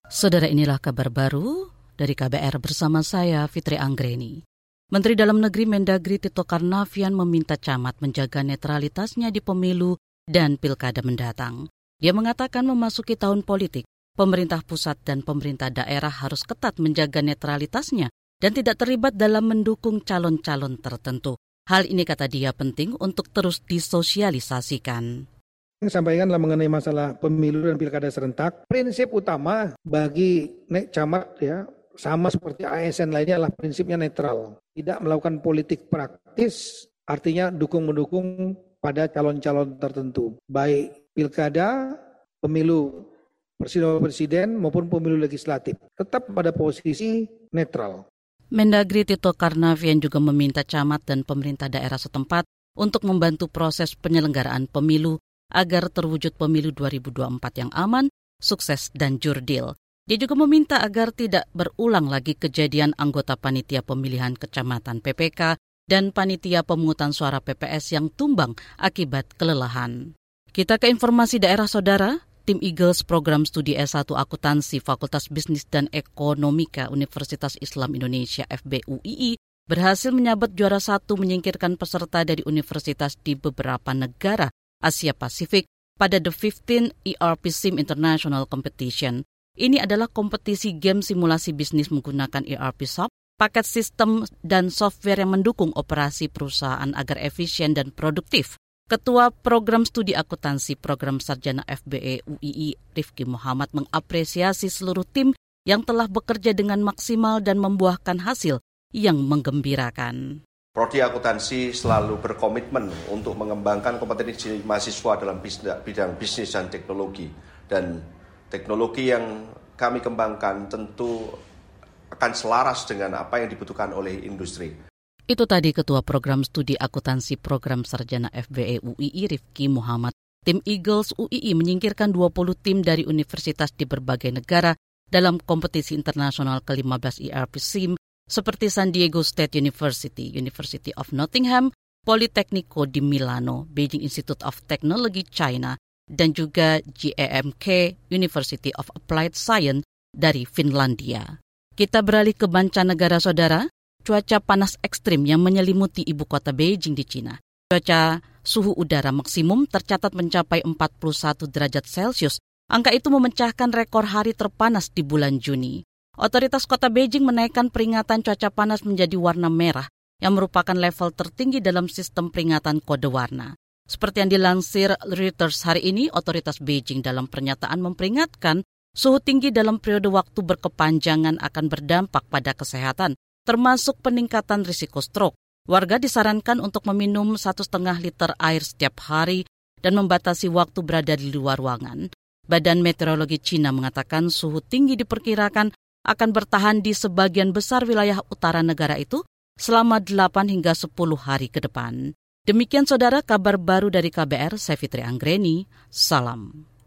Saudara, inilah kabar baru dari KBR bersama saya, Fitri Anggreni. Menteri Dalam Negeri Mendagri Tito Karnavian meminta camat menjaga netralitasnya di pemilu dan pilkada mendatang. Dia mengatakan memasuki tahun politik, pemerintah pusat dan pemerintah daerah harus ketat menjaga netralitasnya dan tidak terlibat dalam mendukung calon-calon tertentu. Hal ini, kata dia, penting untuk terus disosialisasikan. Sampaikanlah mengenai masalah pemilu dan pilkada serentak. Prinsip utama bagi camat ya sama seperti ASN lainnya adalah prinsipnya netral. Tidak melakukan politik praktis, artinya dukung-mendukung pada calon-calon tertentu. Baik pilkada, pemilu presiden maupun pemilu legislatif. Tetap pada posisi netral. Mendagri Tito Karnavian juga meminta camat dan pemerintah daerah setempat untuk membantu proses penyelenggaraan pemilu agar terwujud pemilu 2024 yang aman, sukses, dan jurdil. Dia juga meminta agar tidak berulang lagi kejadian anggota panitia pemilihan kecamatan PPK dan panitia pemungutan suara PPS yang tumbang akibat kelelahan. Kita ke informasi daerah, saudara. Tim Eagles Program Studi S1 Akuntansi Fakultas Bisnis dan Ekonomika Universitas Islam Indonesia FBUII berhasil menyabet juara 1 menyingkirkan peserta dari universitas di beberapa negara Asia Pasifik pada The 15 ERP Sim International Competition. Ini adalah kompetisi game simulasi bisnis menggunakan ERP Soft, paket sistem dan software yang mendukung operasi perusahaan agar efisien dan produktif. Ketua Program Studi Akuntansi Program Sarjana FBE UII Rifki Muhammad mengapresiasi seluruh tim yang telah bekerja dengan maksimal dan membuahkan hasil yang menggembirakan. Prodi Akuntansi selalu berkomitmen untuk mengembangkan kompetensi mahasiswa dalam bidang bisnis dan teknologi. Dan teknologi yang kami kembangkan tentu akan selaras dengan apa yang dibutuhkan oleh industri. Itu tadi Ketua Program Studi Akuntansi Program Sarjana FBE UII Rifki Muhammad. Tim Eagles UII menyingkirkan 20 tim dari universitas di berbagai negara dalam kompetisi internasional ke-15 ERP Sim seperti San Diego State University, University of Nottingham, Politecnico di Milano, Beijing Institute of Technology China, dan juga GAMK, University of Applied Science dari Finlandia. Kita beralih ke mancanegara, saudara. Cuaca panas ekstrim yang menyelimuti ibu kota Beijing di China. Cuaca suhu udara maksimum tercatat mencapai 41 derajat Celcius. Angka itu memecahkan rekor hari terpanas di bulan Juni. Otoritas kota Beijing menaikkan peringatan cuaca panas menjadi warna merah yang merupakan level tertinggi dalam sistem peringatan kode warna. Seperti yang dilansir Reuters hari ini, otoritas Beijing dalam pernyataan memperingatkan suhu tinggi dalam periode waktu berkepanjangan akan berdampak pada kesehatan, termasuk peningkatan risiko stroke. Warga disarankan untuk meminum 1,5 liter air setiap hari dan membatasi waktu berada di luar ruangan. Badan Meteorologi Cina mengatakan suhu tinggi diperkirakan akan bertahan di sebagian besar wilayah utara negara itu selama 8 hingga 10 hari ke depan. Demikian, saudara, kabar baru dari KBR, saya Fitri Anggreni. Salam.